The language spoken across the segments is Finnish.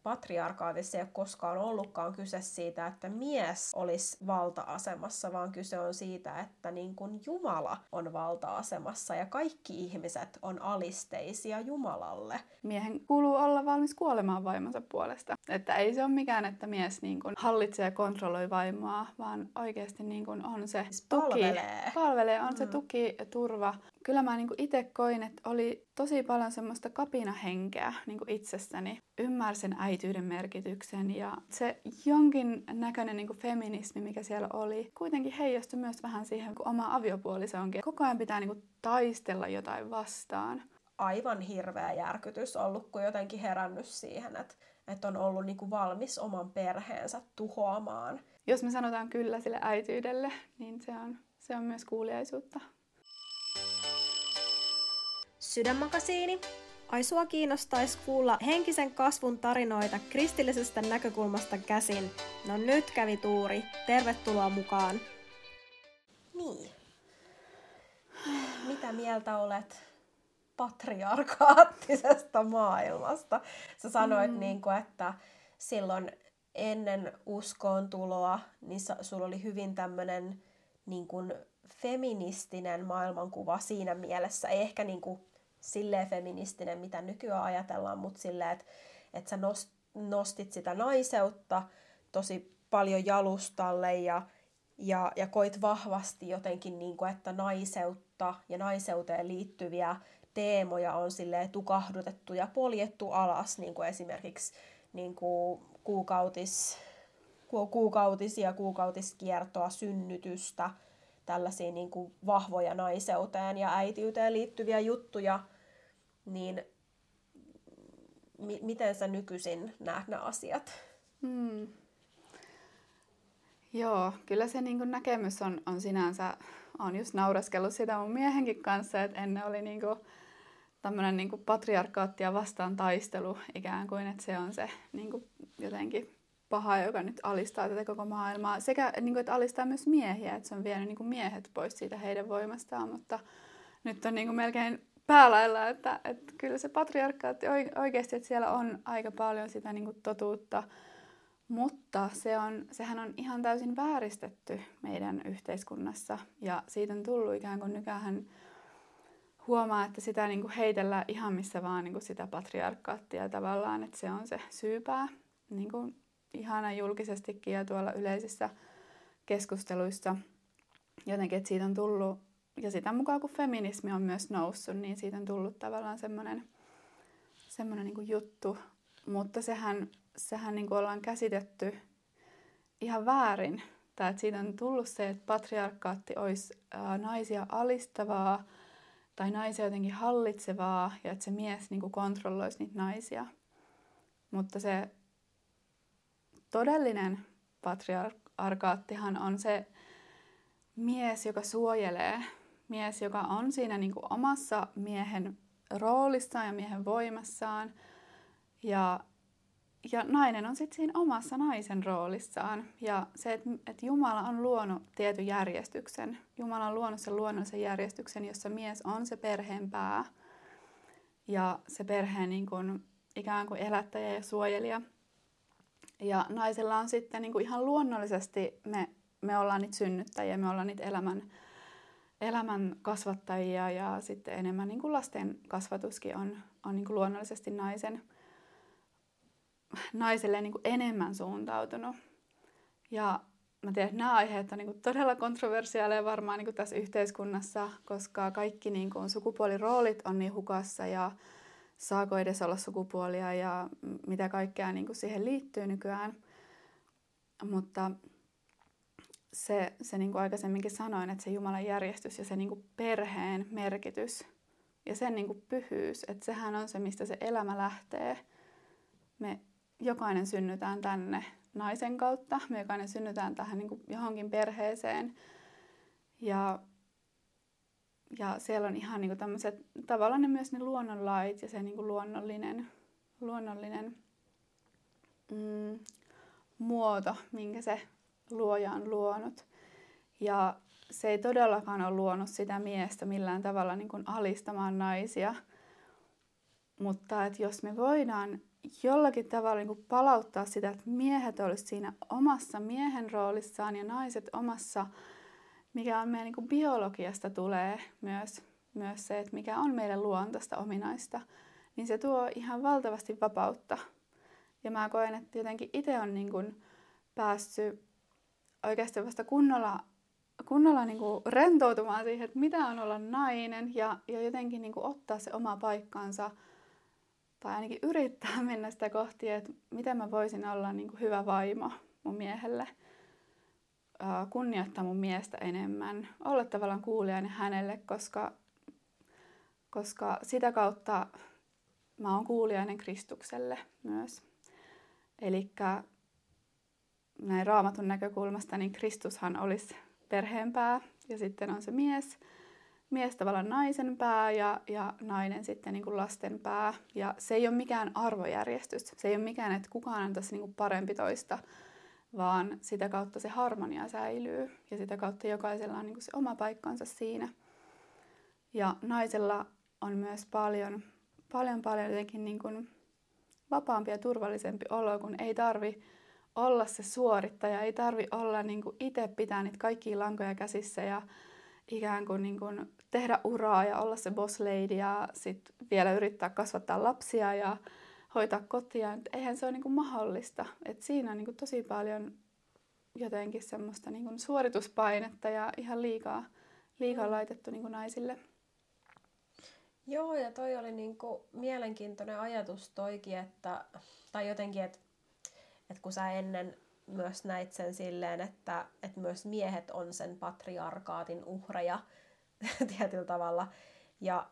patriarkaatissa ei ole koskaan ollutkaan kyse siitä, että mies olisi valta-asemassa, vaan kyse on siitä, että niin kuin Jumala on valta-asemassa ja kaikki ihmiset on alisteisia Jumalalle. Miehen kuuluu olla valmis kuolemaan vaimonsa puolesta. Että ei se ole mikään, että mies niin kuin hallitsee ja kontrolloi vaimoa, vaan oikeasti niin kuin on se tuki. Palvelee, on se tuki ja turva. Kyllä mä niin kuin itse koin, että oli tosi paljon semmoista kapinahenkeä niin kuin itsessäni. Ymmärsin äityyden merkityksen ja se jonkin näköinen niin kuin feminismi, mikä siellä oli, kuitenkin heijastui myös vähän siihen, kun oma aviopuoliso onkin. Koko ajan pitää niin kuin taistella jotain vastaan. Aivan hirveä järkytys ollut, kun jotenkin herännyt siihen, että on ollut niin kuin valmis oman perheensä tuhoamaan. Jos me sanotaan kyllä sille äityydelle, niin se on myös kuuliaisuutta. Sydänmakasiini. Ai sua kiinnostaisi kuulla henkisen kasvun tarinoita kristillisestä näkökulmasta käsin. No nyt kävi tuuri. Tervetuloa mukaan. Niin. Mitä mieltä olet patriarkaattisesta maailmasta? Sä sanoit, että silloin ennen uskoon tuloa niin sulla oli hyvin tämmöinen niin kuin feministinen maailmankuva siinä mielessä. Ei ehkä niin kuin silleen feministinen, mitä nykyään ajatellaan, mutta silleen, että sä nostit sitä naiseutta tosi paljon jalustalle ja koit vahvasti jotenkin, niin kuin, että naiseutta ja naiseuteen liittyviä teemoja on silleen tukahdutettu ja poljettu alas, niin kuin esimerkiksi niin kuin kuukautisia, kuukautiskiertoa, synnytystä, tällaisia niin kuin vahvoja naiseuteen ja äitiyteen liittyviä juttuja, niin miten sä nykyisin näet nämä asiat? Joo, kyllä se niin kuin näkemys on sinänsä, on just nauraskellut sitä mun miehenkin kanssa, että ennen oli niin kuin tämmöinen niin kuin patriarkaattia vastaan taistelu ikään kuin, että se on se niin kuin jotenkin paha, joka nyt alistaa tätä koko maailmaa. Sekä niin kuin, että alistaa myös miehiä, että se on vienyt niin kuin miehet pois siitä heidän voimastaan, mutta nyt on niin kuin melkein päälailla, että kyllä se patriarkaatti oikeasti, että siellä on aika paljon sitä niin kuin totuutta, mutta sehän on ihan täysin vääristetty meidän yhteiskunnassa ja siitä on tullut ikään kuin nykyään huomaa, että sitä niin kuin heitellään ihan missä vaan niin kuin sitä patriarkaattia tavallaan, että se on se syypää niin kuin ihana julkisestikin ja tuolla yleisissä keskusteluissa jotenkin, että siitä on tullut, ja sitä mukaan kun feminismi on myös noussut, niin siitä on tullut tavallaan semmoinen niin kuin juttu, mutta sehän niin kuin ollaan käsitetty ihan väärin, tai että siitä on tullut se, että patriarkaatti olisi naisia alistavaa tai naisia jotenkin hallitsevaa ja että se mies niin kuin kontrolloisi niitä naisia, mutta se todellinen patriarkaattihan on se mies, joka suojelee, mies, joka on siinä niin kuin omassa miehen roolissaan ja miehen voimassaan. Ja nainen on sitten siinä omassa naisen roolissaan. Ja se, että Jumala on luonut tietyn järjestyksen. Jumala on luonut sen luonnollisen järjestyksen, jossa mies on se perheen pää. Ja se perheen niin kuin, ikään kuin elättäjä ja suojelija. Ja naisella on sitten niin kuin ihan luonnollisesti, me ollaan niitä synnyttäjiä, me ollaan niitä elämän kasvattajia ja sitten enemmän niin kuin lasten kasvatuskin on niin kuin luonnollisesti naiselle niin kuin enemmän suuntautunut. Ja mä tiedän, että nämä aiheet on niin kuin todella kontroversiaaleja varmaan niin kuin tässä yhteiskunnassa, koska kaikki niin kuin sukupuoliroolit on niin hukassa ja saako edes olla sukupuolia ja mitä kaikkea niin kuin siihen liittyy nykyään. Mutta se niin kuin aikaisemminkin sanoin, että se Jumalan järjestys ja se niin kuin perheen merkitys ja sen niin kuin pyhyys, että sehän on se, mistä se elämä lähtee. Me jokainen synnytään tänne naisen kautta, me jokainen synnytään tähän niin kuin johonkin perheeseen. Ja siellä on ihan niin kuin tämmöiset, tavallaan ne myös ne luonnonlait ja se niin kuin luonnollinen muoto, minkä se luoja on luonut. Ja se ei todellakaan ole luonut sitä miestä millään tavalla niin kuin alistamaan naisia. Mutta että jos me voidaan jollakin tavalla niin kuin palauttaa sitä, että miehet olisivat siinä omassa miehen roolissaan ja naiset omassa, mikä on meidän niin kuin biologiasta tulee myös se, että mikä on meidän luontaista ominaista, niin se tuo ihan valtavasti vapautta. Ja mä koen, että jotenkin itse on niin kuin päässyt oikeasti vasta kunnolla niin kuin rentoutumaan siihen, että mitä on olla nainen ja jotenkin niin kuin ottaa se oma paikkansa tai ainakin yrittää mennä sitä kohti, että miten mä voisin olla niin kuin hyvä vaimo mun miehelle, kunnioittaa mun miestä enemmän, olla tavallaan kuulijainen hänelle, koska sitä kautta mä oon kuulijainen Kristukselle myös. Elikkä näin Raamatun näkökulmasta, niin Kristushan olisi perheen pää ja sitten on se mies tavallaan naisen pää ja nainen sitten niin kuin lasten pää. Ja se ei ole mikään arvojärjestys, se ei ole mikään, että kukaan on tässä niin kuin parempi toista, vaan sitä kautta se harmonia säilyy ja sitä kautta jokaisella on niin kuin se oma paikkansa siinä. Ja naisella on myös paljon jotenkin niin kuin vapaampi ja turvallisempi olo, kun ei tarvi olla se suorittaja, ei tarvi olla niin kuin itse pitää niitä kaikkia lankoja käsissä ja ikään kuin, tehdä uraa ja olla se boss lady ja sitten vielä yrittää kasvattaa lapsia ja hoitaa kotia. Et eihän se ole niin kuin mahdollista. Et siinä on niin kuin tosi paljon jotenkin semmoista niin kuin suorituspainetta ja ihan liikaa laitettu niin kuin naisille. Joo, ja toi oli niinku mielenkiintoinen ajatus toikin, tai jotenkin, että kun sä ennen myös näit sen silleen, että myös miehet on sen patriarkaatin uhreja tietyllä tavalla. Ja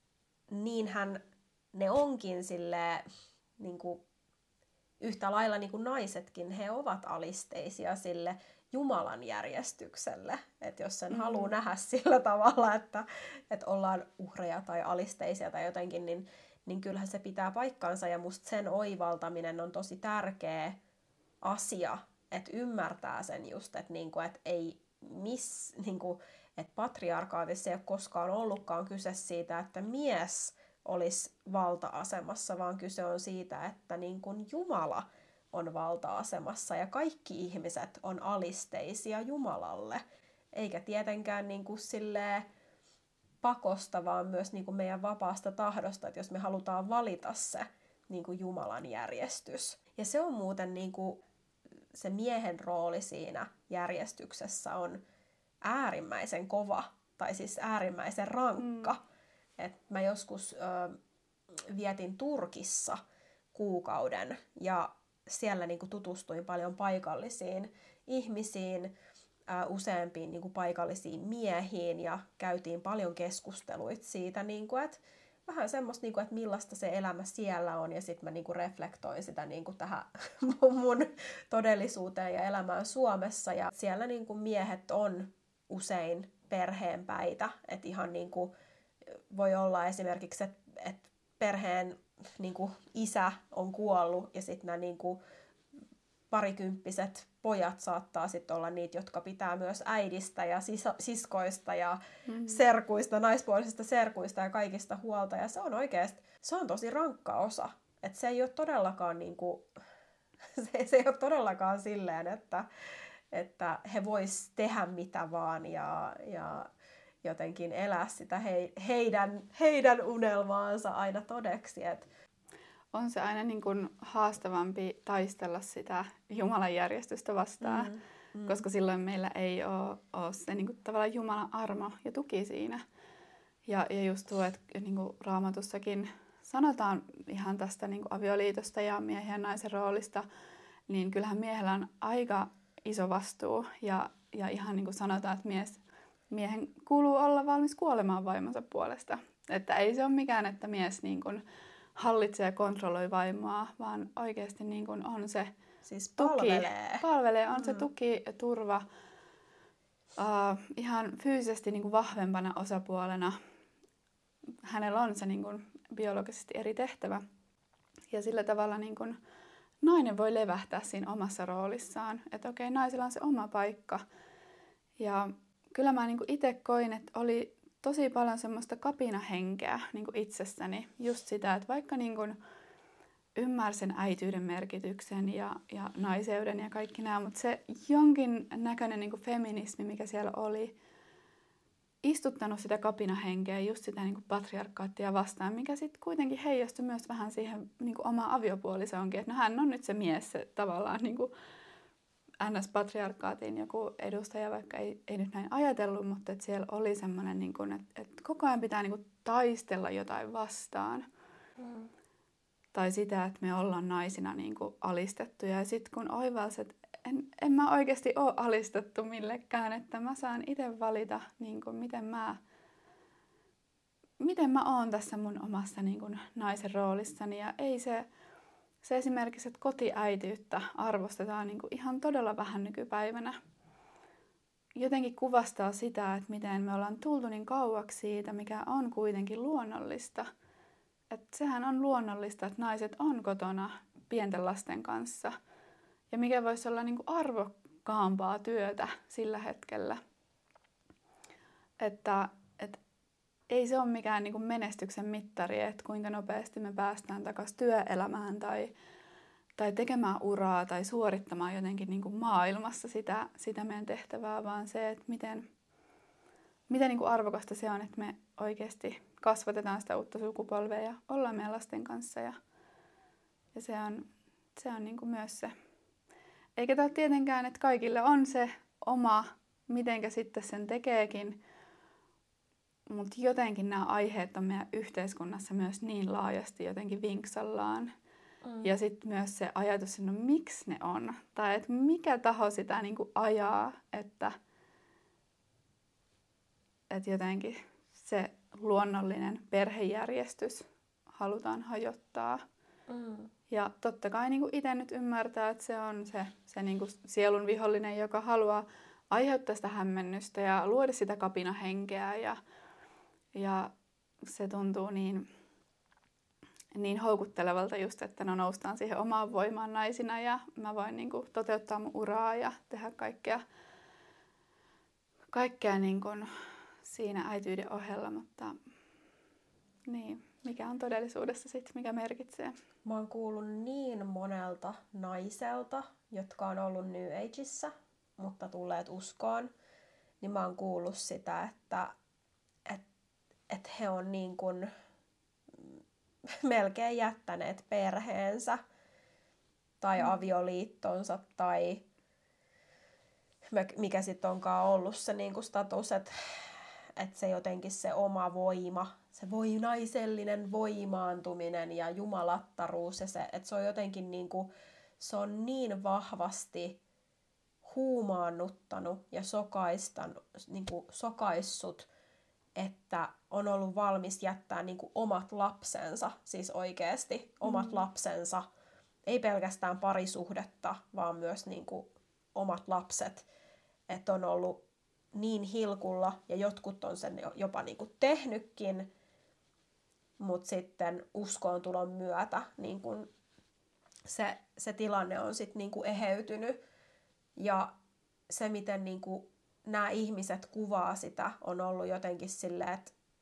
niinhän ne onkin silleen, niinku, yhtä lailla niin kuin naisetkin, he ovat alisteisia sille Jumalan järjestykselle. Että jos sen haluaa nähdä sillä tavalla, että ollaan uhreja tai alisteisia tai jotenkin, niin kyllähän se pitää paikkansa. Ja musta sen oivaltaminen on tosi tärkeä asia, että ymmärtää sen just, että niinku, et ei niinku, että patriarkaatissa ei ole koskaan ollutkaan kyse siitä, että mies olisi valta-asemassa, vaan kyse on siitä, että niin kuin Jumala on valta-asemassa ja kaikki ihmiset on alisteisia Jumalalle. Eikä tietenkään niin kuin silleen pakosta, vaan myös niin kuin meidän vapaasta tahdosta, että jos me halutaan valita se niin kuin Jumalan järjestys. Ja se on muuten niin kuin se miehen rooli siinä järjestyksessä on äärimmäisen kova, tai siis äärimmäisen rankka. Et mä joskus vietin Turkissa kuukauden ja siellä niinku tutustuin paljon paikallisiin ihmisiin, useampiin niinku paikallisiin miehiin ja käytiin paljon keskusteluita siitä, niinku, että vähän semmoista, niinku, että millaista se elämä siellä on ja sitten mä niinku reflektoin sitä niinku tähän mun todellisuuteen ja elämään Suomessa ja siellä niinku miehet on usein perheenpäitä, että ihan niinku voi olla esimerkiksi, että perheen niinku isä on kuollut ja sitten nämä niinku parikymppiset pojat saattaa sitten olla niitä, jotka pitää myös äidistä ja siskoista ja serkuista, naispuolisista serkuista ja kaikista huolta. Ja se on oikeasti, se on tosi rankka osa. Että se ei ole todellakaan niinku, se ei ole todellakaan silleen, että he vois tehdä mitä vaan ja jotenkin elää sitä heidän unelmaansa aina todeksi. On se aina niin kuin haastavampi taistella sitä Jumalan järjestystä vastaan, koska silloin meillä ei ole se niin kuin tavallaan Jumalan armo ja tuki siinä. Ja just tuo, että niin kuin Raamatussakin sanotaan ihan tästä niin kuin avioliitosta ja miehen ja naisen roolista, niin kyllähän miehellä on aika iso vastuu. Ja ihan niin kuin sanotaan, että miehen kuuluu olla valmis kuolemaan vaimonsa puolesta. Että ei se ole mikään, että mies niin kuin hallitsee ja kontrolloi vaimoa, vaan oikeasti niin kuin on se siis palvelee on se tuki ja turva ihan fyysisesti niin kuin vahvempana osapuolena. Hänellä on se niin kuin biologisesti eri tehtävä. Ja sillä tavalla niin kuin nainen voi levähtää siinä omassa roolissaan. Että okei, naisella on se oma paikka. Ja kyllä mä niin kuin itse koin, että oli tosi paljon semmoista kapinahenkeä niin kuin itsessäni. Just sitä, että vaikka niin kuin ymmärsin äityyden merkityksen ja naiseuden ja kaikki nämä, mutta se jonkin näköinen niin kuin feminismi, mikä siellä oli, istuttanut sitä kapinahenkeä, just sitä niin kuin patriarkaattia vastaan, mikä sitten kuitenkin heijastui myös vähän siihen niin kuin omaan aviopuolisoonkin, että no hän on nyt se mies, se tavallaan niin kuin NS-patriarkaatin joku edustaja, vaikka ei nyt näin ajatellut, mutta että siellä oli semmoinen, niin kuin, että koko ajan pitää niin kuin taistella jotain vastaan. Tai sitä, että me ollaan naisina niin kuin alistettuja. Ja sitten kun oivalsi, että en mä oikeasti ole alistettu millekään, että mä saan itse valita, niin kuin miten mä oon tässä mun omassa niin kuin naisen roolissani. Ja ei se esimerkiksi, että kotiäitiyttä arvostetaan niin kuin ihan todella vähän nykypäivänä. Jotenkin kuvastaa sitä, että miten me ollaan tultu niin kauaksi siitä, mikä on kuitenkin luonnollista. Että sehän on luonnollista, että naiset on kotona pienten lasten kanssa. Ja mikä voisi olla niin kuin arvokkaampaa työtä sillä hetkellä. Että ei se ole mikään niin kuin menestyksen mittari, että kuinka nopeasti me päästään takaisin työelämään tai tekemään uraa tai suorittamaan jotenkin niin kuin maailmassa sitä meidän tehtävää, vaan se, että miten niin kuin arvokasta se on, että me oikeasti kasvatetaan sitä uutta sukupolvea ja ollaan meidän lasten kanssa. Ja se on niin kuin myös se. Eikä tämä tietenkään, että kaikille on se oma, mitenkä sitten sen tekeekin, mutta jotenkin nämä aiheet on meidän yhteiskunnassa myös niin laajasti jotenkin vinksallaan. Ja sitten myös se ajatus, että no miksi ne on? Tai että mikä taho sitä niin kuin ajaa, että jotenkin se luonnollinen perhejärjestys halutaan hajottaa. Ja totta kai niin kuin itse nyt ymmärtää, että se on se niin kuin sielun vihollinen, joka haluaa aiheuttaa sitä hämmennystä ja luoda sitä kapinahenkeä. Ja se tuntuu niin houkuttelevalta just, että no noustaan siihen omaan voimaan naisina ja mä voin niin kuin toteuttaa mun uraa ja tehdä kaikkea niin kuin siinä äityyden ohella, mutta niin, mikä on todellisuudessa sitten, mikä merkitsee? Mä oon kuullut niin monelta naiselta, jotka on ollut New Ageissa, mutta tulleet uskoon, niin mä oon kuullut sitä, että he on niin kuin melkein jättäneet perheensä tai avioliittonsa tai mikä sitten onkaan ollut se niin kuin status, että se jotenkin se oma voima, se naisellinen voimaantuminen ja jumalattaruus ja se, että se on jotenkin niin kuin, se on niin vahvasti huumaannuttanut ja niin kuin sokaissut, että on ollut valmis jättää niin kuin omat lapsensa, siis oikeasti omat lapsensa, ei pelkästään parisuhdetta, vaan myös niin kuin omat lapset, että on ollut niin hilkulla, ja jotkut on sen jopa niin kuin tehnytkin, mutta sitten uskoontulon myötä niin kuin se tilanne on sitten niin kuin eheytynyt, ja se miten niin kuin nämä ihmiset kuvaa sitä, on ollut jotenkin silleen,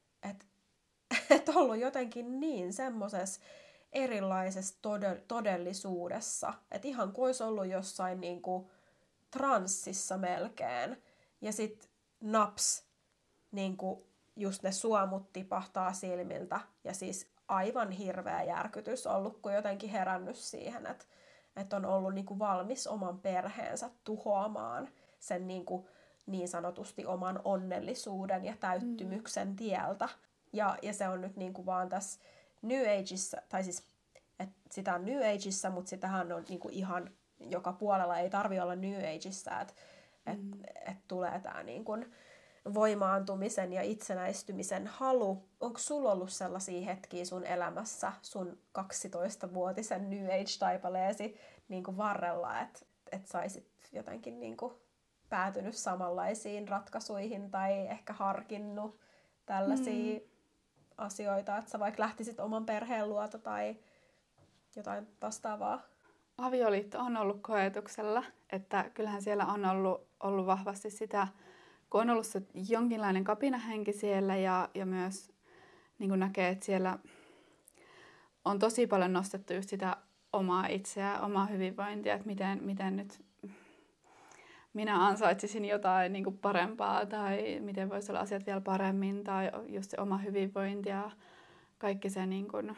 että ollut jotenkin niin semmoisessa erilaisessa todellisuudessa, että ihan kuin olisi ollut jossain niin kuin transsissa melkein. Ja sitten naps, niin kuin just ne suomut tipahtaa silmiltä. Ja siis aivan hirveä järkytys ollut, kun jotenkin herännyt siihen, että on ollut niin kuin valmis oman perheensä tuhoamaan sen niin sanotusti oman onnellisuuden ja täyttymyksen tieltä. Ja se on nyt niin kuin vaan tässä New Ageissa, tai siis että sitä on New Ageissa, mutta sitähän on niin kuin ihan joka puolella, ei tarvitse olla New Ageissa, että tulee tämä niin kuin voimaantumisen ja itsenäistymisen halu. Onko sulla ollut sellaisia hetkiä sun elämässä, sun 12-vuotisen New Age-taipaleesi niin kuin varrella, että saisit jotenkin niin kuin päätynyt samanlaisiin ratkaisuihin tai ehkä harkinnut tällaisia asioita, että sä vaikka lähtisit oman perheen luota tai jotain vastaavaa? Avioliitto on ollut koetuksella, että kyllähän siellä on ollut vahvasti sitä, kun on ollut se jonkinlainen kapinahenki siellä ja myös niin kuin näkee, että siellä on tosi paljon nostettu just sitä omaa itseä, omaa hyvinvointia, että miten nyt minä ansaitsisin jotain niin kuin parempaa tai miten voisi olla asiat vielä paremmin tai just se oma hyvinvointi ja kaikki se niin kuin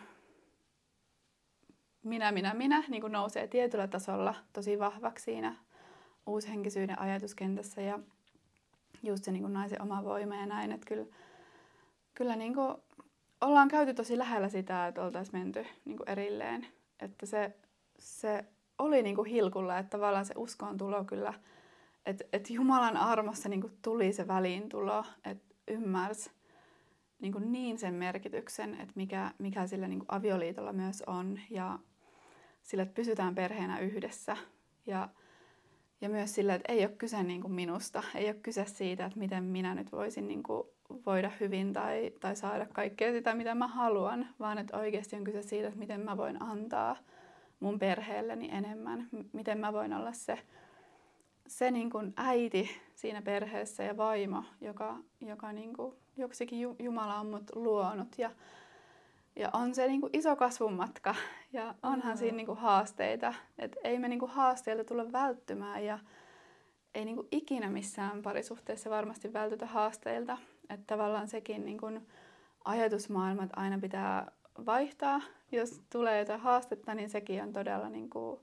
minä niin kuin nousee tietyllä tasolla tosi vahvaksi siinä uushenkisyyden ajatuskentässä ja just se niin kuin naisen oma voima ja näin, että kyllä niin kuin ollaan käyty tosi lähellä sitä, että oltaisiin menty niin kuin erilleen, että se oli niin kuin hilkulla, että tavallaan se uskoon tulo kyllä, että Jumalan armossa niin kuin tuli se väliintulo, että ymmärsi niin sen merkityksen, että mikä sillä niin kuin avioliitolla myös on ja sillä, että pysytään perheenä yhdessä ja myös sillä, että ei ole kyse niin kuin minusta, ei ole kyse siitä, että miten minä nyt voisin niin kuin voida hyvin tai saada kaikkea sitä, mitä mä haluan, vaan että oikeasti on kyse siitä, että miten mä voin antaa mun perheelleni enemmän, miten mä voin olla se niin kuin äiti siinä perheessä ja vaimo, joka niin kuin, joksikin Jumala on mut luonut ja on se niin kuin iso kasvun matka ja onhan siinä niin kuin haasteita, että ei me niin kuin haasteilta tulla välttymään ja ei niin kuin ikinä missään parisuhteessa varmasti vältytä haasteilta, että tavallaan sekin niin kuin ajatusmaailma, että aina pitää vaihtaa, jos tulee jotain haastetta, niin sekin on todella niin kuin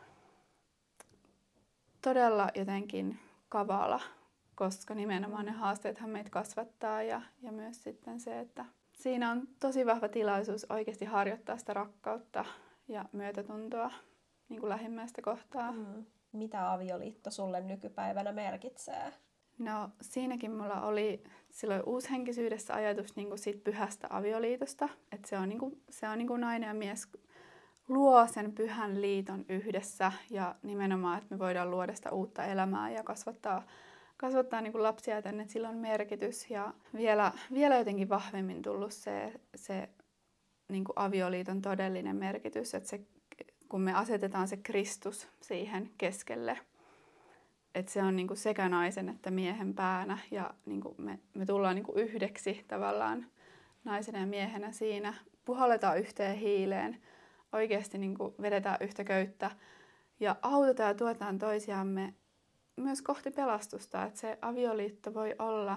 todella jotenkin kavala, koska nimenomaan ne haasteethan meitä kasvattaa ja myös sitten se, että siinä on tosi vahva tilaisuus oikeasti harjoittaa sitä rakkautta ja myötätuntoa niin kuin lähimmäistä kohtaan. Mitä avioliitto sulle nykypäivänä merkitsee? No siinäkin mulla oli silloin uushenkisyydessä ajatus niin kuin siitä pyhästä avioliitosta, että se on niin kuin nainen ja mies luo sen pyhän liiton yhdessä ja nimenomaan, että me voidaan luoda sitä uutta elämää ja kasvattaa niin kuin lapsia tänne, että sillä on merkitys. Ja vielä jotenkin vahvemmin tullut se niin kuin avioliiton todellinen merkitys, että kun me asetetaan se Kristus siihen keskelle, että se on niin kuin sekä naisen että miehen päänä ja niin kuin me tullaan niin kuin yhdeksi tavallaan naisena ja miehenä siinä, puhalletaan yhteen hiileen, oikeasti niin kuin vedetään yhtä köyttä ja autetaan ja tuetaan toisiamme myös kohti pelastusta, että se avioliitto voi olla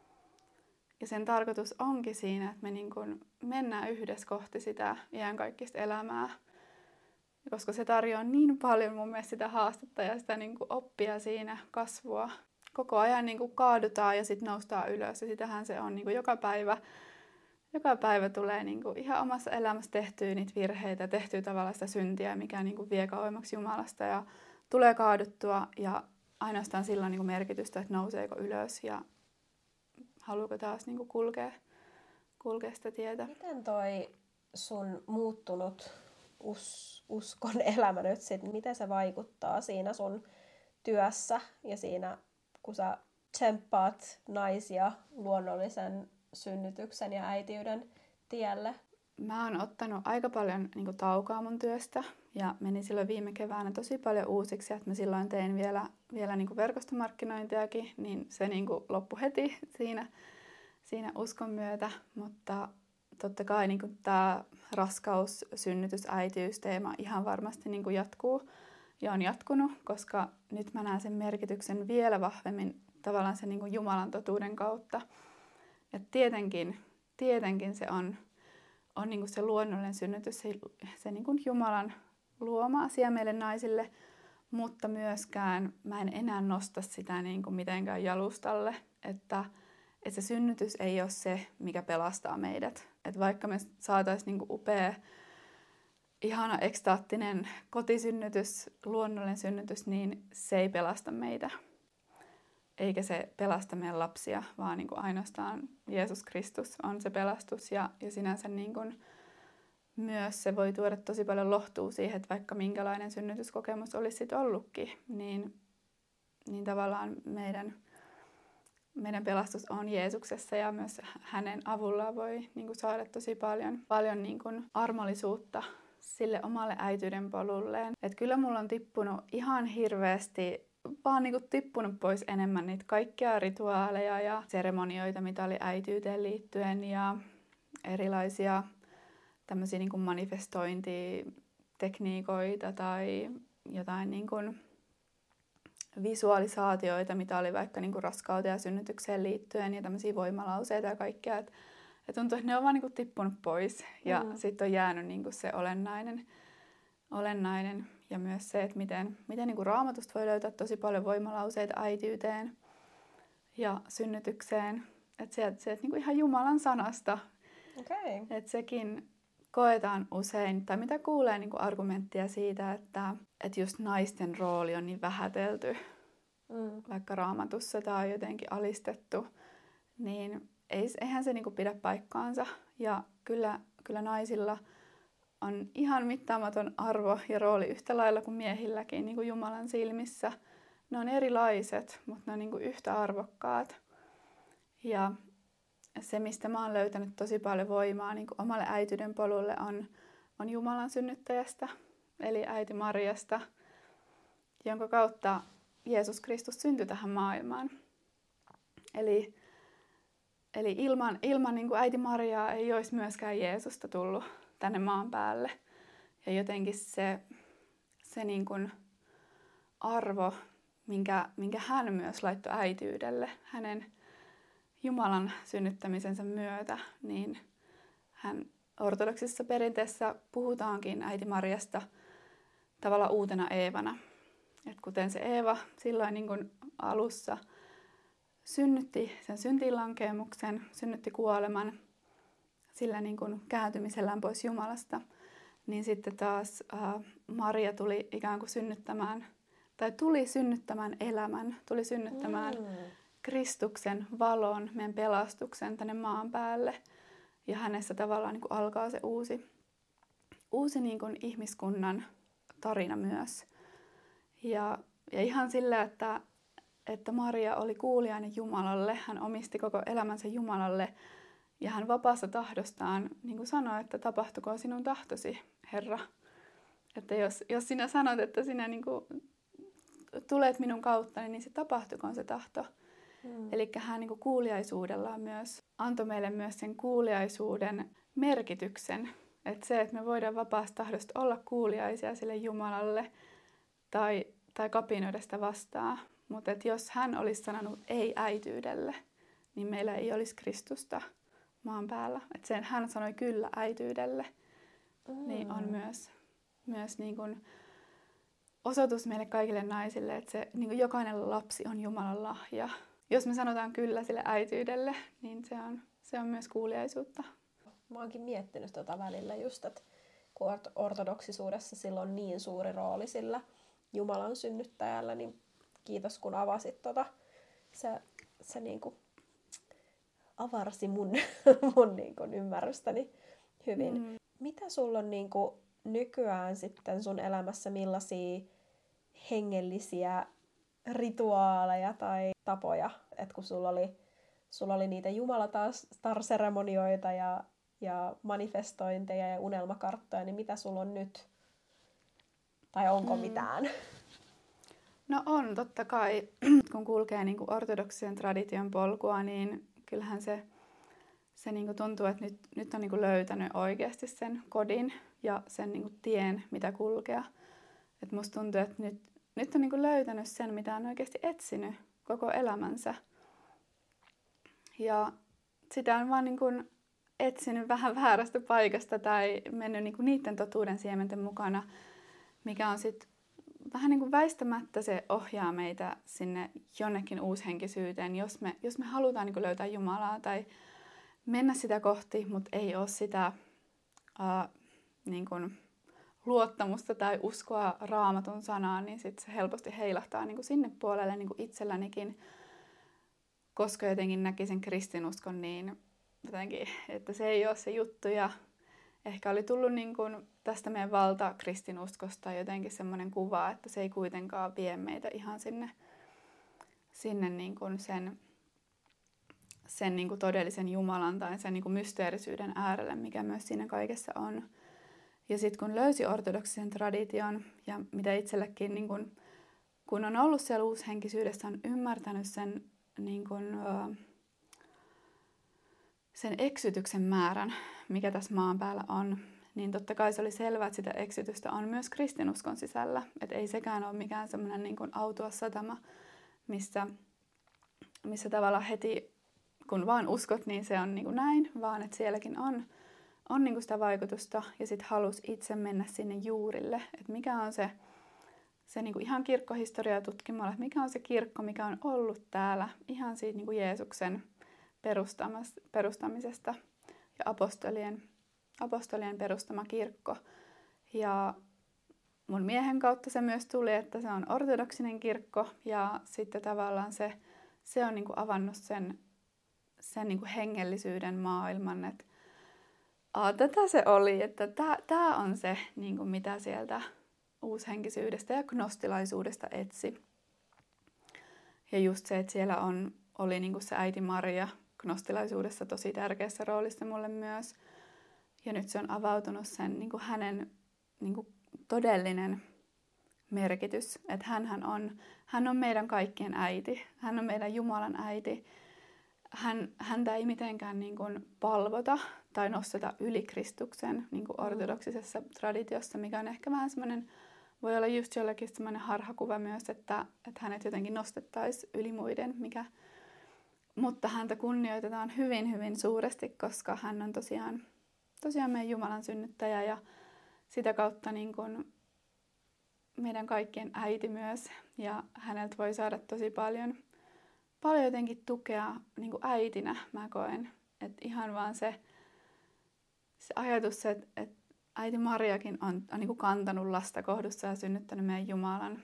ja sen tarkoitus onkin siinä, että me niin kuin mennään yhdessä kohti sitä iänkaikkista elämää, koska se tarjoaa niin paljon mun mielestä sitä haastetta ja sitä niin kuin oppia siinä, kasvua. Koko ajan niin kuin kaadutaan ja sitten noustaan ylös ja sitähän se on niin kuin joka päivä tulee niin kuin ihan omassa elämässä tehtyä niitä virheitä, tehtyä tavallaan sitä syntiä, mikä niin kuin vie kauemmaksi Jumalasta ja tulee kaaduttua ja ainoastaan sillä on niin kuin merkitystä, että nouseeko ylös ja haluuko taas niin kuin kulkea sitä tietä. Miten toi sun muuttunut uskon elämä nyt sit, miten se vaikuttaa siinä sun työssä ja siinä, kun sä tsemppaat naisia luonnollisen synnytyksen ja äitiyden tielle? Mä oon ottanut aika paljon niin kuin taukoa mun työstä ja meni silloin viime keväänä tosi paljon uusiksi, että mä silloin tein vielä niin kuin verkostomarkkinointiakin, niin se niin kuin loppui heti siinä uskon myötä, mutta totta kai niin kuin tämä raskaus, synnytys, äitiys teema ihan varmasti niin kuin jatkuu ja on jatkunut, koska nyt mä näen sen merkityksen vielä vahvemmin tavallaan sen niin kuin Jumalan totuuden kautta. Ja tietenkin se on niin kuin se luonnollinen synnytys, se niin kuin Jumalan luoma asia meille naisille, mutta myöskään mä en enää nosta sitä niin kuin mitenkään jalustalle, että se synnytys ei ole se, mikä pelastaa meidät. Että vaikka me saataisiin niin kuin upea, ihana, ekstaattinen kotisynnytys, luonnollinen synnytys, niin se ei pelasta meitä. Eikä se pelasta meidän lapsia, vaan niin kuin ainoastaan Jeesus Kristus on se pelastus. Ja sinänsä niin kuin myös se voi tuoda tosi paljon lohtua siihen, että vaikka minkälainen synnytyskokemus olisi sit ollutkin, niin tavallaan meidän pelastus on Jeesuksessa ja myös hänen avullaan voi niin kuin saada tosi paljon niin kuin armollisuutta sille omalle äityyden polulleen. Et kyllä mulla on tippunut ihan hirveästi, vaan niin kuin tippunut pois enemmän niitä kaikkia rituaaleja ja seremonioita, mitä oli äityyteen liittyen ja erilaisia tämmöisiä niin kuin manifestointia, tekniikoita tai jotain niin kuin visualisaatioita, mitä oli vaikka niin kuin raskauteen ja synnytykseen liittyen ja tämmöisiä voimalauseita ja kaikkea. Et tuntuu, että ne on vaan niin kuin tippunut pois ja sitten on jäänyt niin kuin se olennainen ja myös se, että miten niin kuin Raamatusta voi löytää tosi paljon voimalauseita äitiyteen ja synnytykseen. Että sieltä niin kuin ihan Jumalan sanasta. Okay. Että sekin koetaan usein, tai mitä kuulee niin kuin argumenttia siitä, että just naisten rooli on niin vähätelty, vaikka Raamatussa tai jotenkin alistettu, niin eihän se niin kuin pidä paikkaansa. Ja kyllä naisilla on ihan mittaamaton arvo ja rooli yhtä lailla kuin miehilläkin niin kuin Jumalan silmissä. Ne on erilaiset, mutta ne on niin kuin yhtä arvokkaat. Ja se, mistä mä oon löytänyt tosi paljon voimaa niin kuin omalle äityyden polulle, on Jumalan synnyttäjästä, eli äiti Mariasta, jonka kautta Jeesus Kristus syntyi tähän maailmaan. Eli ilman niin kuin äiti Mariaa ei olisi myöskään Jeesusta tullut tänne maan päälle. Ja jotenkin se niin kuin arvo, minkä hän myös laittoi äityydelle, hänen Jumalan synnyttämisensä myötä, niin hän ortodoksisessa perinteessä puhutaankin äiti Mariasta tavallaan uutena Eevana. Et kuten se Eeva silloin niin kuin alussa synnytti sen syntiinlankeemuksen, synnytti kuoleman sillä niin kuin kääntymisellään pois Jumalasta, niin sitten taas Maria tuli ikään kuin tuli synnyttämään elämän, tuli synnyttämään Kristuksen valon, meidän pelastuksen tänne maan päälle. Ja hänessä tavallaan niin kuin alkaa se uusi niin kuin ihmiskunnan tarina myös. Ja ihan sillä, että Maria oli kuuliainen Jumalalle, hän omisti koko elämänsä Jumalalle. Ja hän vapaassa tahdostaan niin kuin sanoi, että tapahtukoon sinun tahtosi, Herra. Että jos sinä sanot, että sinä niin kuin tulet minun kauttani, niin se tapahtukoon se tahto. Eli hän niin kuin kuuliaisuudellaan myös antoi meille myös sen kuuliaisuuden merkityksen. Että se, että me voidaan vapaasta tahdosta olla kuuliaisia sille Jumalalle tai kapinoida sitä vastaan. Mutta jos hän olisi sanonut ei äityydelle, niin meillä ei olisi Kristusta maan päällä. Että sen hän sanoi kyllä äityydelle, niin on myös niin kuin osoitus meille kaikille naisille, että se, niin kuin jokainen lapsi on Jumalan lahja. Jos me sanotaan kyllä sille äityydelle, niin se on myös kuuliaisuutta. Mä oonkin miettinyt tota välillä just, että kun ortodoksisuudessa sillä on niin suuri rooli sillä Jumalan synnyttäjällä, niin kiitos kun avasit tota. Se niinku avarsi mun niinku ymmärrystäni hyvin. Mitä sulla on niinku nykyään sitten sun elämässä, millaisia hengellisiä rituaaleja tai tapoja, että kun sulla oli niitä jumalatar-seremonioita ja manifestointeja ja unelmakarttoja, niin mitä sulla on nyt? Tai onko mitään? No on, totta kai. Kun kulkee niin kuin ortodoksisen tradition polkua, niin kyllähän se niin kuin tuntuu, että nyt on niin kuin löytänyt oikeasti sen kodin ja sen niin kuin tien, mitä kulkea. Et musta tuntuu, että nyt on niin kuin löytänyt sen, mitä on oikeasti etsinyt koko elämänsä. Ja sitä on vaan niin kuin etsinyt vähän väärästä paikasta tai mennyt niin kuin niiden totuuden siementen mukana, mikä on sitten vähän niin kuin väistämättä se ohjaa meitä sinne jonnekin uushenkisyyteen, jos me halutaan niin kuin löytää Jumalaa tai mennä sitä kohti, mutta ei ole sitä niin kuin luottamusta tai uskoa Raamatun sanaan, niin sit se helposti heilahtaa niin kuin sinne puolelle niin kuin itsellänikin, koska jotenkin näki sen kristinuskon niin jotenkin, että se ei ole se juttu ja ehkä oli tullut niin kuin tästä meidän valtakristinuskosta jotenkin semmoinen kuva, että se ei kuitenkaan vie meitä ihan sinne niin kuin sen niin kuin todellisen Jumalan tai sen niin kuin mysteerisyyden äärelle, mikä myös siinä kaikessa on. Ja sitten kun löysi ortodoksisen tradition ja mitä itsellekin, niin kun on ollut siellä uushenkisyydessä, on ymmärtänyt sen, niin kun, sen eksytyksen määrän, mikä tässä maan päällä on, niin totta kai se oli selvää, että sitä eksytystä on myös kristinuskon sisällä. Että ei sekään ole mikään semmoinen niin kuin autua satama, missä tavallaan heti, kun vaan uskot, niin se on niin kuin näin, vaan että sielläkin on niin kuin sitä vaikutusta ja sitten halusi itse mennä sinne juurille. Että mikä on se niin kuin ihan kirkkohistoriaa tutkimalla, että mikä on se kirkko, mikä on ollut täällä ihan siitä niin kuin Jeesuksen perustamisesta ja apostolien perustama kirkko. Ja mun miehen kautta se myös tuli, että se on ortodoksinen kirkko ja sitten tavallaan se on niin kuin avannut sen niin kuin hengellisyyden maailman, että tätä se oli, että tämä on se, niin kuin mitä sieltä uushenkisyydestä ja gnostilaisuudesta etsi. Ja just se, että siellä oli niin kuin se äiti Maria gnostilaisuudessa tosi tärkeässä roolissa mulle myös. Ja nyt se on avautunut sen niin kuin hänen niin kuin todellinen merkitys. Että hän on meidän kaikkien äiti. Hän on meidän Jumalan äiti. Häntä ei mitenkään niin kuin palvota tai nosteta yli Kristuksen niin kuin ortodoksisessa traditiossa, mikä on ehkä vähän semmoinen, voi olla just jollakin semmoinen harhakuva myös, että hänet jotenkin nostettaisiin yli muiden, mutta häntä kunnioitetaan hyvin, hyvin suuresti, koska hän on tosiaan meidän Jumalan synnyttäjä ja sitä kautta niin kuin meidän kaikkien äiti myös. Ja häneltä voi saada tosi paljon jotenkin tukea niin kuin äitinä, mä koen. Että ihan vaan se ajatus, että äiti Mariakin on niin kuin kantanut lasta kohdussa ja synnyttänyt meidän Jumalan.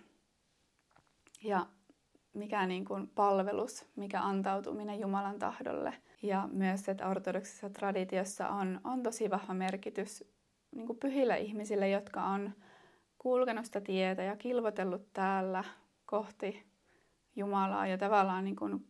Ja mikä niin kuin palvelus, mikä antautuminen Jumalan tahdolle. Ja myös, että ortodoksisessa traditiossa on tosi vahva merkitys niin kuin pyhillä ihmisille, jotka on kulkenut sitä tietä ja kilvotellut täällä kohti Jumalaa. Ja tavallaan niin kuin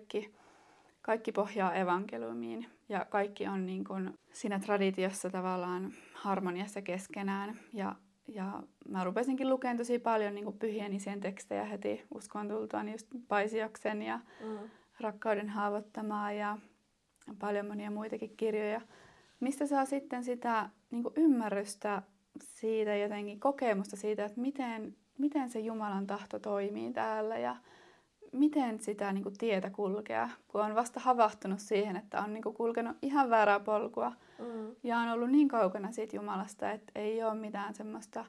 kaikki pohjaa evankeliumiin ja kaikki on niin kuin siinä traditiossa tavallaan harmoniassa keskenään. Ja mä rupesinkin lukemaan tosi paljon niin kuin pyhien isien tekstejä heti uskoon tultuaan, just Paisioksen ja Rakkauden haavoittamaa ja paljon monia muitakin kirjoja, mistä saa sitten sitä niin kuin ymmärrystä siitä jotenkin, kokemusta siitä, että miten se Jumalan tahto toimii täällä ja miten sitä niin kuin tietä kulkea, kun on vasta havahtunut siihen, että on niin kuin kulkenut ihan väärää polkua ja on ollut niin kaukana siitä Jumalasta, että ei ole mitään semmoista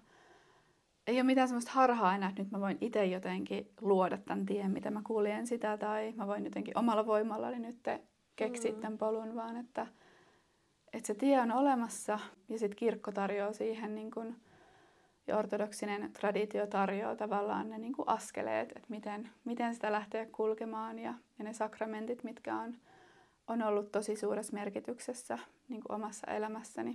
harhaa enää, että nyt mä voin itse jotenkin luoda tämän tien, mitä mä kuljen sitä, tai mä voin jotenkin omalla voimallani nyt keksiä tämän polun, vaan että se tie on olemassa ja sitten kirkko tarjoaa siihen niin kun, ja ortodoksinen traditio tarjoaa tavallaan ne niin kun askeleet, että miten sitä lähtee kulkemaan ja ne sakramentit, mitkä on ollut tosi suuressa merkityksessä niin kun omassa elämässäni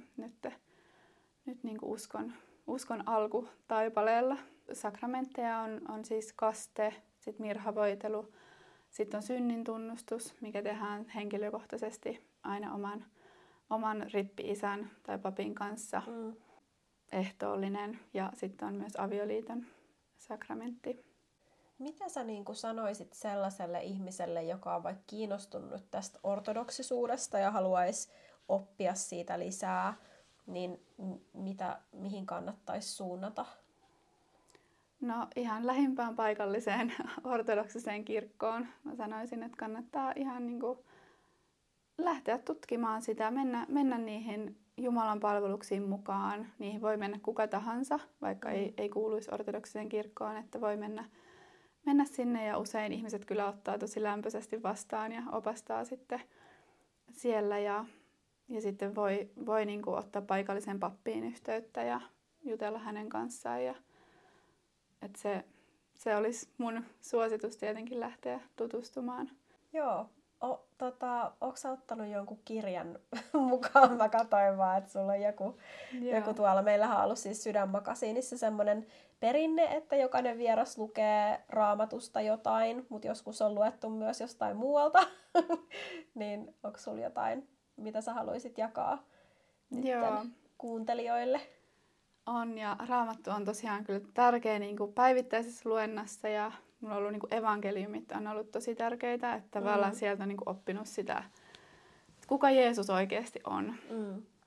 nyt niin kun uskon alkutaipaleella. Sakramentteja on siis kaste, sitten mirhavoitelu, sitten on synnin tunnustus, mikä tehdään henkilökohtaisesti aina oman rippi-isän tai papin kanssa, ehtoollinen, ja sitten on myös avioliiton sakramentti. Mitä sä niin kuin sanoisit sellaiselle ihmiselle, joka on vaikka kiinnostunut tästä ortodoksisuudesta ja haluaisi oppia siitä lisää, niin mihin kannattaisi suunnata? No ihan lähimpään paikalliseen ortodoksiseen kirkkoon. Mä sanoisin, että kannattaa ihan niin kuin lähteä tutkimaan sitä, mennä niihin Jumalan palveluksiin mukaan. Niihin voi mennä kuka tahansa, vaikka ei kuuluisi ortodoksiseen kirkkoon, että voi mennä sinne ja usein ihmiset kyllä ottaa tosi lämpöisesti vastaan ja opastaa sitten siellä ja sitten voi niin kuin ottaa paikallisen pappiin yhteyttä ja jutella hänen kanssaan. Ja, että se olisi mun suositus tietenkin lähteä tutustumaan. Joo. Ootko sä ottanut jonkun kirjan mukaan? Mä katsoin vaan, että sulla on joku tuolla. Meillähän on ollut siis Sydänmakasiinissa semmoinen perinne, että jokainen vieras lukee Raamatusta jotain, mutta joskus on luettu myös jostain muualta. Niin onko sulla jotain, mitä sä haluaisit jakaa kuuntelijoille? On, ja Raamattu on tosiaan kyllä tärkeä niin kuin päivittäisessä luennassa, ja mulla on ollut niin kuin evankeliumit on ollut tosi tärkeitä, että tavallaan sieltä on niin kuin oppinut sitä, että kuka Jeesus oikeasti on.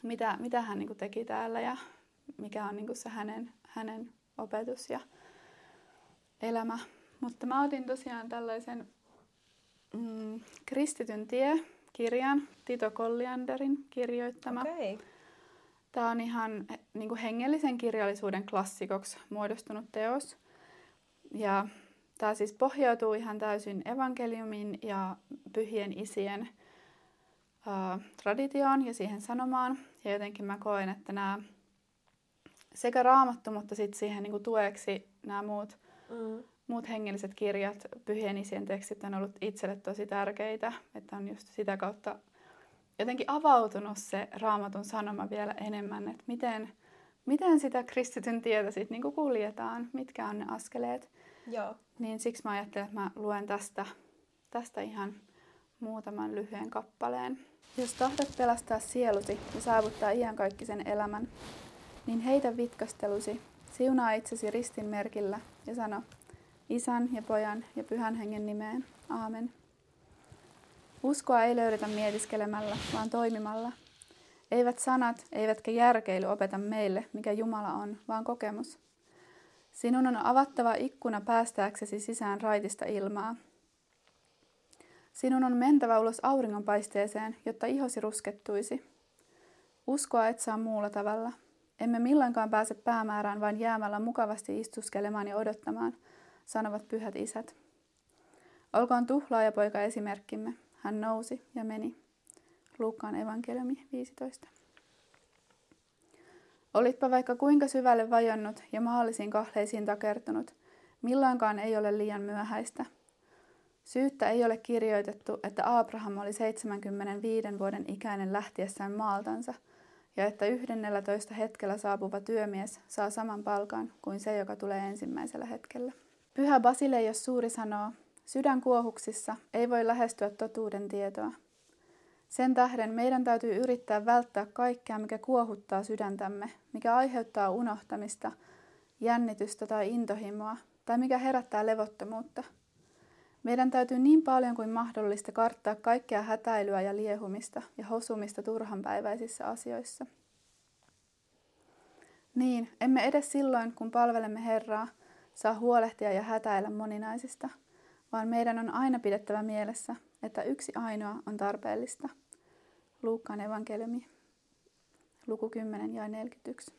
mitä hän niin kuin teki täällä ja mikä on niin kuin se hänen opetus ja elämä. Mutta mä otin tosiaan tällaisen Kristityn tie-kirjan, Tito Collianderin kirjoittama. Okay. Tämä on ihan niin kuin hengellisen kirjallisuuden klassikoksi muodostunut teos. Ja tämä siis pohjautuu ihan täysin evankeliumin ja pyhien isien traditioon ja siihen sanomaan. Ja jotenkin mä koen, että nämä sekä Raamattu, mutta sitten siihen niin kuin tueksi nämä muut hengelliset kirjat, pyhien isien tekstit on ollut itselle tosi tärkeitä. Että on just sitä kautta jotenkin avautunut se Raamatun sanoma vielä enemmän, että miten sitä kristityn tietä sitten niin kuin kuljetaan, mitkä on ne askeleet. Joo. Niin siksi mä ajattelin, että mä luen tästä ihan muutaman lyhyen kappaleen. Jos tahdot pelastaa sielusi ja saavuttaa iankaikkisen elämän, niin heitä vitkastelusi, siunaa itsesi ristin merkillä ja sano Isän ja Pojan ja Pyhän Hengen nimeen. Aamen. Uskoa ei löydetä mietiskelemällä, vaan toimimalla. Eivät sanat, eivätkä järkeily opeta meille, mikä Jumala on, vaan kokemus. Sinun on avattava ikkuna päästääksesi sisään raitista ilmaa. Sinun on mentävä ulos auringonpaisteeseen, jotta ihosi ruskettuisi. Uskoa et saa muulla tavalla. Emme milloinkaan pääse päämäärään vain jäämällä mukavasti istuskelemaan ja odottamaan, sanovat pyhät isät. Olkoon tuhlaajapoika esimerkkimme. Hän nousi ja meni. Luukkaan evankeliumi 15. Olitpa vaikka kuinka syvälle vajonnut ja maallisiin kahleisiin takertunut, milloinkaan ei ole liian myöhäistä. Syyttä ei ole kirjoitettu, että Abraham oli 75 vuoden ikäinen lähtiessään maaltansa, ja että 11 hetkellä saapuva työmies saa saman palkan kuin se, joka tulee ensimmäisellä hetkellä. Pyhä Basileios Suuri sanoo, sydän kuohuksissa ei voi lähestyä totuuden tietoa. Sen tähden meidän täytyy yrittää välttää kaikkea, mikä kuohuttaa sydäntämme, mikä aiheuttaa unohtamista, jännitystä tai intohimoa, tai mikä herättää levottomuutta. Meidän täytyy niin paljon kuin mahdollista karttaa kaikkea hätäilyä ja liehumista ja hosumista turhanpäiväisissä asioissa. Niin, emme edes silloin, kun palvelemme Herraa, saa huolehtia ja hätäillä moninaisista, vaan meidän on aina pidettävä mielessä, että yksi ainoa on tarpeellista. Luukkaan evankeliumi, luku 10 ja 41.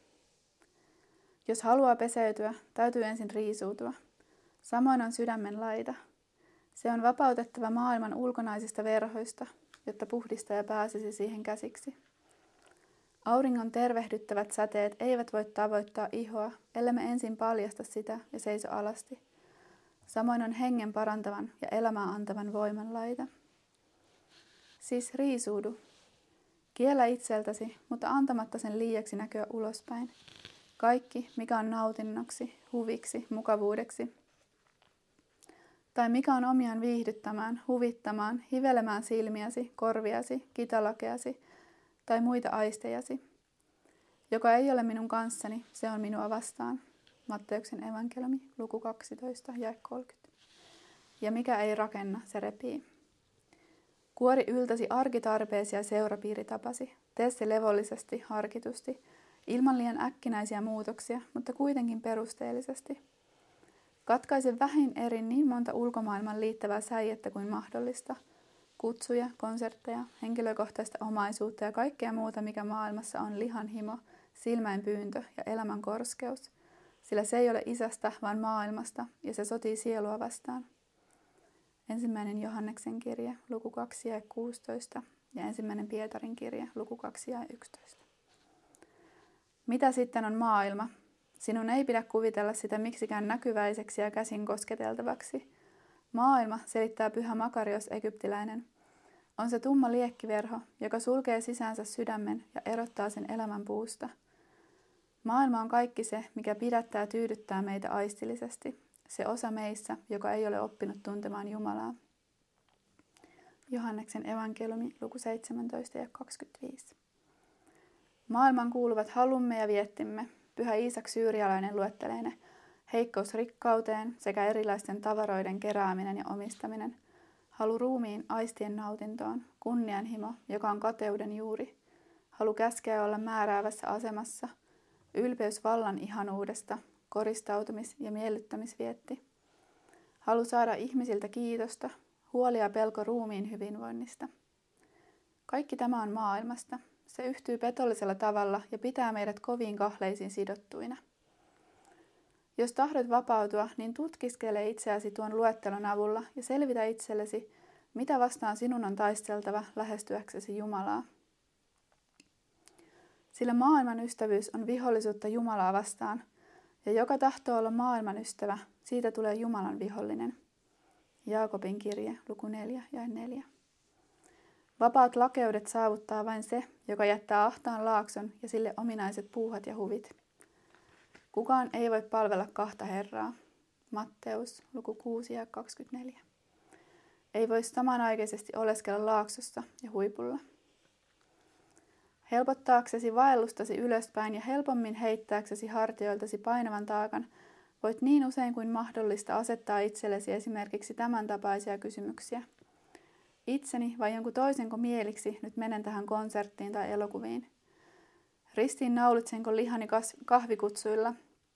Jos haluaa peseytyä, täytyy ensin riisuutua. Samoin on sydämen laita. Se on vapautettava maailman ulkonaisista verhoista, jotta puhdistaja pääsisi siihen käsiksi. Auringon tervehdyttävät säteet eivät voi tavoittaa ihoa, ellemme ensin paljasta sitä ja seiso alasti. Samoin on hengen parantavan ja elämää antavan voiman laita. Siis riisuudu. Kiellä itseltäsi, mutta antamatta sen liiaksi näkyä ulospäin. Kaikki, mikä on nautinnoksi, huviksi, mukavuudeksi, tai mikä on omiaan viihdyttämään, huvittamaan, hivelemään silmiäsi, korviasi, kitalakeasi tai muita aistejasi. Joka ei ole minun kanssani, se on minua vastaan. Matteuksen evankeliumi, luku 12, jae 30. Ja mikä ei rakenna, se repii. Kuori yltäsi arkitarpeesi ja seurapiiritapasi. Tee se levollisesti, harkitusti, ilman liian äkkinäisiä muutoksia, mutta kuitenkin perusteellisesti. Katkaise vähin eri niin monta ulkomaailman liittävää säijettä kuin mahdollista. Kutsuja, konsertteja, henkilökohtaista omaisuutta ja kaikkea muuta, mikä maailmassa on lihanhimo, silmäinpyyntö ja elämän korskeus. Sillä se ei ole isästä, vaan maailmasta, ja se sotii sielua vastaan. 1. Johanneksen kirje, luku 2 ja 16, ja 1. Pietarin kirje, luku 2 ja 11. Mitä sitten on maailma? Sinun ei pidä kuvitella sitä miksikään näkyväiseksi ja käsin kosketeltavaksi. Maailma, selittää pyhä Makarios egyptiläinen, on se tumma liekkiverho, joka sulkee sisäänsä sydämen ja erottaa sen elämän puusta. Maailma on kaikki se, mikä pidättää tyydyttää meitä aistillisesti, se osa meissä, joka ei ole oppinut tuntemaan Jumalaa. Johanneksen evankeliumi, luku 17 ja 25. Maailman kuuluvat halumme ja viettimme, pyhä Iisak Syyrialainen luettelee ne, heikkous rikkauteen sekä erilaisten tavaroiden kerääminen ja omistaminen, halu ruumiin aistien nautintoon, kunnianhimo, joka on kateuden juuri, halu käskeä olla määräävässä asemassa, ylpeys vallan ihanuudesta, koristautumis- ja miellyttämisvietti, halu saada ihmisiltä kiitosta, huoli ja pelko ruumiin hyvinvoinnista. Kaikki tämä on maailmasta. Se yhtyy petollisella tavalla ja pitää meidät koviin kahleisiin sidottuina. Jos tahdot vapautua, niin tutkiskele itseäsi tuon luettelon avulla ja selvitä itsellesi, mitä vastaan sinun on taisteltava lähestyäksesi Jumalaa. Sillä maailman ystävyys on vihollisuutta Jumalaa vastaan, ja joka tahtoo olla maailman ystävä, siitä tulee Jumalan vihollinen. Jaakobin kirje, luku 4 ja 4. Vapaat lakeudet saavuttaa vain se, joka jättää ahtaan laakson ja sille ominaiset puuhat ja huvit. Kukaan ei voi palvella kahta Herraa. Matteus, luku 6 ja 24. Ei voi samanaikaisesti oleskella laaksossa ja huipulla. Helpottaaksesi vaellustasi ylöspäin ja helpommin heittääksesi hartioiltasi painavan taakan, voit niin usein kuin mahdollista asettaa itsellesi esimerkiksi tämän tapaisia kysymyksiä. Itseni vai jonkun toisenko mieliksi nyt menen tähän konserttiin tai elokuviin? Ristiin naulitsenko lihani kahvikutsuilla?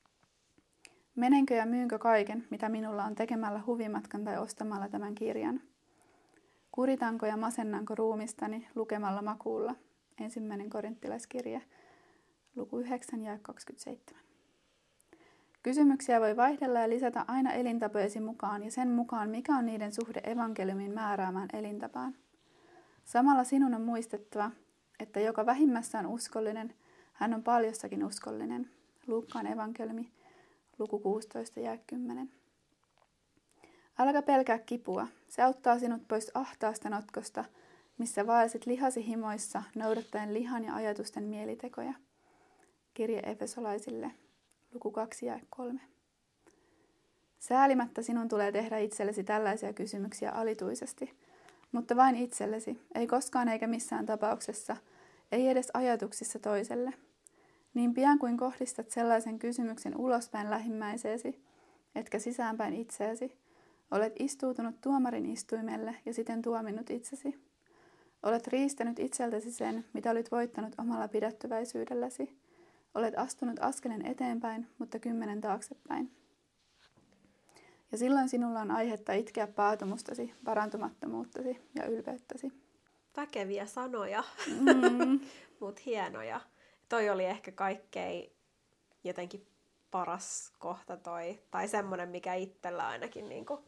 Menenkö ja myynkö kaiken, mitä minulla on tekemällä huvimatkan tai ostamalla tämän kirjan? Kuritanko ja masennanko ruumistani lukemalla makuulla? 1. Korinttilaiskirje, luku 9 ja 27. Kysymyksiä voi vaihdella ja lisätä aina elintapojesi mukaan ja sen mukaan, mikä on niiden suhde evankeliumin määräämään elintapaan. Samalla sinun on muistettava, että joka vähimmässä on uskollinen, hän on paljossakin uskollinen. Luukkaan evankeliumi, luku 16 ja 10. Älkä pelkää kipua. Se auttaa sinut pois ahtaasta notkosta, missä vaelsit lihasi himoissa, noudattaen lihan ja ajatusten mielitekoja. Kirje Efesolaisille, luku 2 ja 3. Säälimättä sinun tulee tehdä itsellesi tällaisia kysymyksiä alituisesti, mutta vain itsellesi, ei koskaan eikä missään tapauksessa, ei edes ajatuksissa toiselle. Niin pian kuin kohdistat sellaisen kysymyksen ulospäin lähimmäiseesi, etkä sisäänpäin itseesi, olet istuutunut tuomarin istuimelle ja siten tuominnut itsesi. Olet riistänyt itseltäsi sen, mitä olit voittanut omalla pidättyväisyydelläsi. Olet astunut askelen eteenpäin, mutta 10 taaksepäin. Ja silloin sinulla on aihetta itkeä paatumustasi, parantumattomuuttasi ja ylpeyttäsi. Väkeviä sanoja, mutta hienoja. Toi oli ehkä kaikkein jotenkin paras kohta toi, tai semmoinen, mikä itsellä ainakin niinku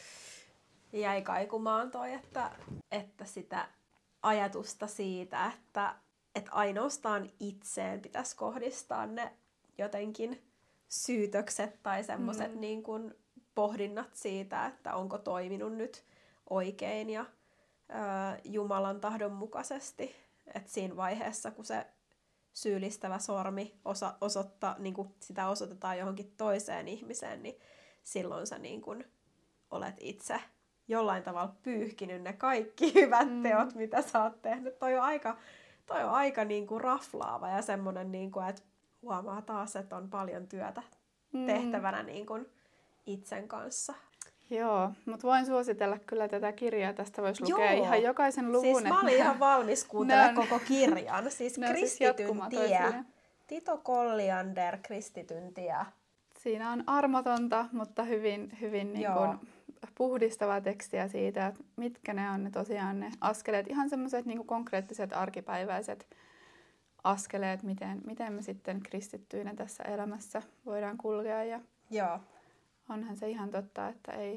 jäi kaikumaan toi, että sitä ajatusta siitä, että ainoastaan itseen pitäisi kohdistaa ne jotenkin syytökset tai semmoiset niin kuin pohdinnat siitä, että onko toiminut nyt oikein ja Jumalan tahdon mukaisesti. Että siinä vaiheessa, kun se syyllistävä sormi osoittaa, niin kuin sitä osoitetaan johonkin toiseen ihmiseen, niin silloin sä niin kuin olet itse jollain tavalla pyyhkinyt ne kaikki hyvät teot, mitä sä oot tehnyt. Toi on aika niin kuin raflaava ja semmoinen, niin kuin, että huomaa taas, että on paljon työtä tehtävänä niin kuin itsen kanssa. Joo, mutta voin suositella kyllä tätä kirjaa. Tästä voisi lukea ihan jokaisen luvun. Siis mä olin ihan valmis kuuntelemaan koko kirjan. Siis Kristityn tie. Tito Colliander, Kristityn tie. Siinä on armotonta, mutta hyvin niin kuin puhdistavaa tekstiä siitä, että mitkä ne on ne tosiaan ne askeleet. Ihan semmoiset niin kuin konkreettiset arkipäiväiset askeleet, miten me sitten kristittyinä tässä elämässä voidaan kulkea. Ja onhan se ihan totta,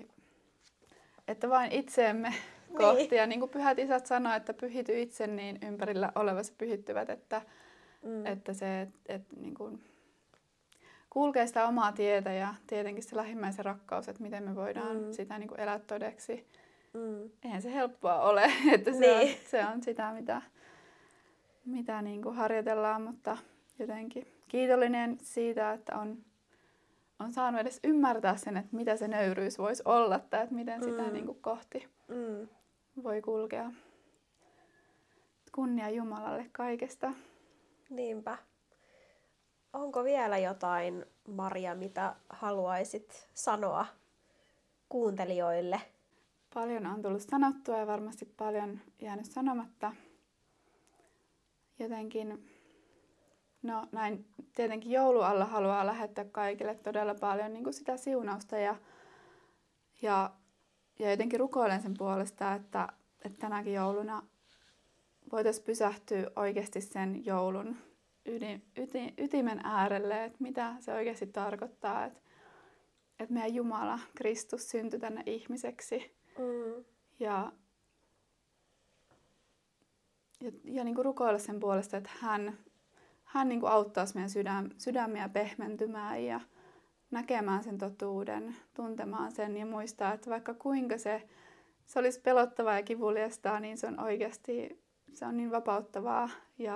että vain itseemme kohti. Ja niin kuin pyhät isät sanoo, että pyhity itse, niin ympärillä olevassa pyhittyvät, että se niin kuin kulkee sitä omaa tietä ja tietenkin se lähimmäisen rakkaus, että miten me voidaan sitä niin kuin elää todeksi. Eihän se helppoa ole, että se on sitä, mitä niin kuin harjoitellaan, mutta jotenkin kiitollinen siitä, että on saanut edes ymmärtää sen, että mitä se nöyryys voisi olla tai että miten sitä niin kuin kohti voi kulkea. Kunnia Jumalalle kaikesta. Niinpä. Onko vielä jotain, Maria, mitä haluaisit sanoa kuuntelijoille? Paljon on tullut sanottua ja varmasti paljon jäänyt sanomatta. jotenkin, no näin tietenkin joulualla haluaa lähettää kaikille todella paljon niin kuin sitä siunausta ja jotenkin rukoilen sen puolesta, että tänäkin jouluna voitaisiin pysähtyä oikeasti sen joulun ytimen äärelle, että mitä se oikeasti tarkoittaa, että meidän Jumala, Kristus syntyi tänne ihmiseksi. Ja niin kuin rukoilla sen puolesta, että hän niin kuin auttaisi meidän sydämiä pehmentymään ja näkemään sen totuuden, tuntemaan sen ja muistaa, että vaikka kuinka se olisi pelottavaa ja kivuliasta, niin se on oikeasti se on niin vapauttavaa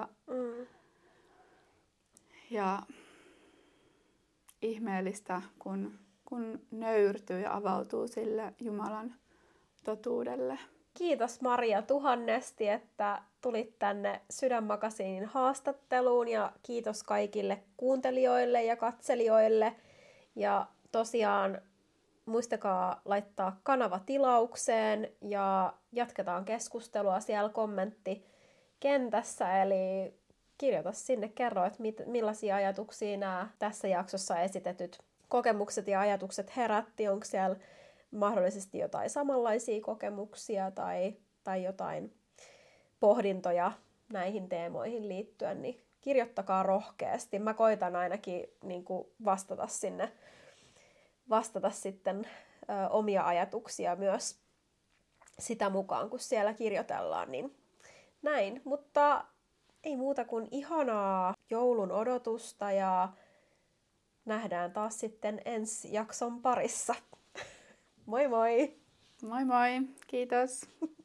ja ihmeellistä, kun nöyrtyy ja avautuu sille Jumalan totuudelle. Kiitos Maria tuhannesti, että tulit tänne Sydänmakasiinin haastatteluun ja kiitos kaikille kuuntelijoille ja katselijoille. Ja tosiaan muistakaa laittaa kanava tilaukseen ja jatketaan keskustelua siellä kommenttikentässä. Eli kirjoita sinne, kerro, että millaisia ajatuksia nämä tässä jaksossa esitetyt kokemukset ja ajatukset herätti. Onko siellä mahdollisesti jotain samanlaisia kokemuksia tai jotain pohdintoja näihin teemoihin liittyen, niin kirjoittakaa rohkeasti. Mä koitan ainakin niin kuin vastata sitten omia ajatuksia myös sitä mukaan, kun siellä kirjoitellaan. Niin näin, mutta ei muuta kuin ihanaa joulun odotusta ja nähdään taas sitten ensi jakson parissa. Moi moi! Moi moi! Kiitos!